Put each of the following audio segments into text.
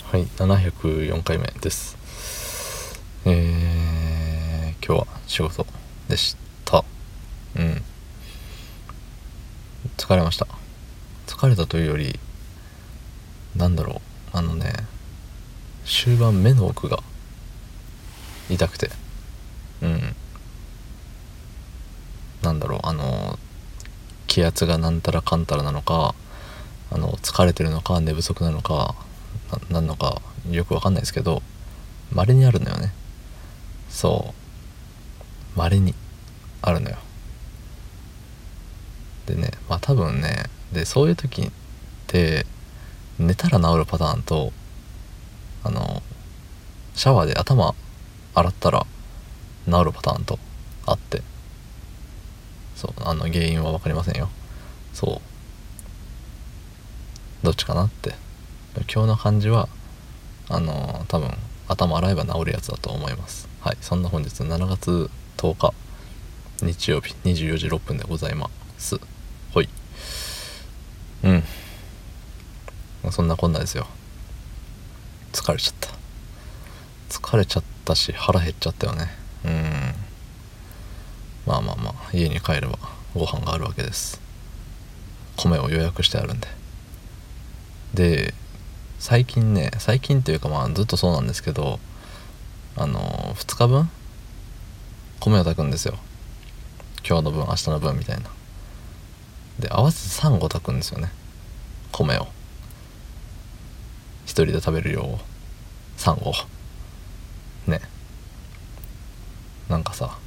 はい、704回目です。今日は仕事でした。疲れました。疲れたというより、終盤目の奥が痛くて、気圧がなんたらかんたらなのか、疲れてるのか寝不足なのかなんのかよくわかんないですけど、稀にあるのよね。稀にあるのよ。でね、多分ね、でそういう時って寝たら治るパターンと、シャワーで頭洗ったら治るパターンとあって、原因は分かりませんよ。どっちかなって。今日の感じは多分頭洗えば治るやつだと思います。はい、そんな本日7月10日日曜日24時6分でございます。ほい。そんなこんなですよ。疲れちゃったし腹減っちゃったよね。家に帰ればご飯があるわけです。米を予約してあるんで。で最近っていうかずっとそうなんですけど、2日分米を炊くんですよ。今日の分明日の分みたいな。で合わせて3合炊くんですよね、米を。一人で食べる量を3合ね。なんかさ、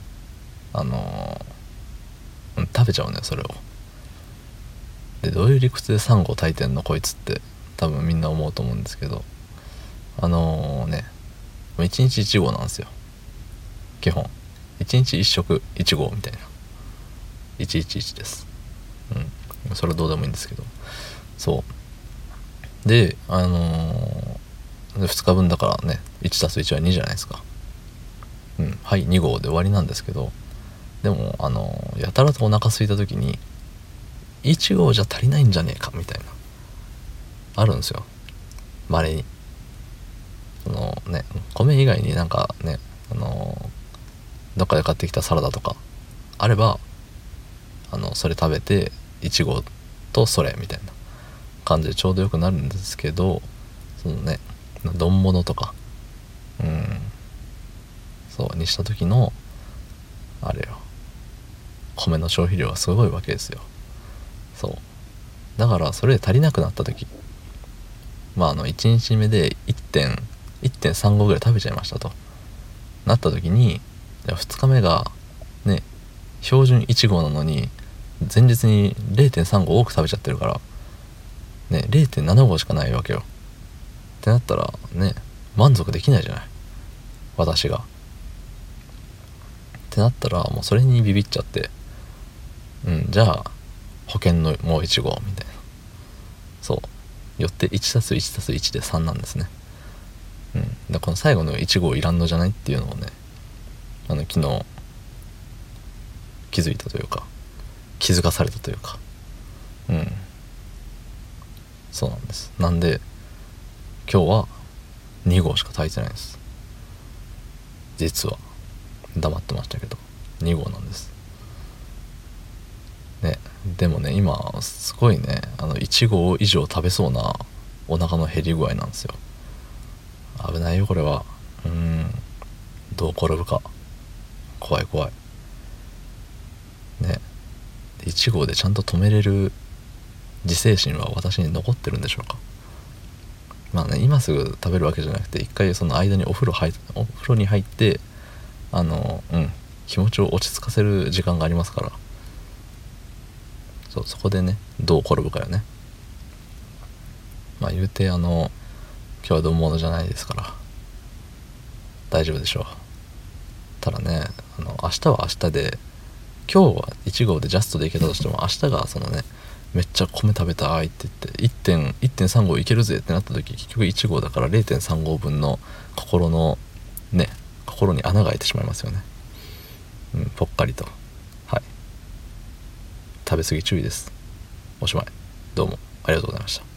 食べちゃうね、それを。でどういう理屈で3合炊いてんのこいつって多分みんな思うと思うんですけど、1日1合なんですよ、基本。1日1食1合みたいな、111です。それはどうでもいいんですけど、で2日分だからね、1+1 は2じゃないですか。はい、2合で終わりなんですけど、でもやたらとお腹空いた時に1合じゃ足りないんじゃねえかみたいなあるんですよ、稀に。米以外にどっかで買ってきたサラダとかあればそれ食べて1合とそれみたいな感じでちょうどよくなるんですけど、丼物とかにした時のあれよ、米の消費量がすごいわけですよ。だからそれで足りなくなった時、1日目で1.3 合ぐらい食べちゃいましたとなった時に、2日目がね、標準1合なのに前日に 0.3 合多く食べちゃってるからね、0.7 合しかないわけよってなったらね、満足できないじゃない、私が。ってなったらもうそれにビビっちゃって、じゃあ保険のもう1号みたいな。よって 1+1+1 で3なんですね。でこの最後の1号いらんのじゃないっていうのをね、昨日気づいたというか気づかされたというか、そうなんです。なんで今日は2号しか炊いてないんです。実は黙ってましたけど2号なんですね。でもね、今すごいね、1合以上食べそうなお腹の減り具合なんですよ。危ないよこれは。どう転ぶか怖いね。1合でちゃんと止めれる自制心は私に残ってるんでしょうか。今すぐ食べるわけじゃなくて、一回その間にお風呂に入って気持ちを落ち着かせる時間がありますから、そこでね、どう転ぶかよね。言うて今日は丼物じゃないですから大丈夫でしょう。ただね、明日は明日で、今日は1合でジャストでいけたとしても、明日がめっちゃ米食べたいって言って 1.3 合いけるぜってなった時、結局1合だから 0.3 合分の心に穴が開いてしまいますよね。ぽっかりと。はい、食べ過ぎ注意です。おしまい。どうもありがとうございました。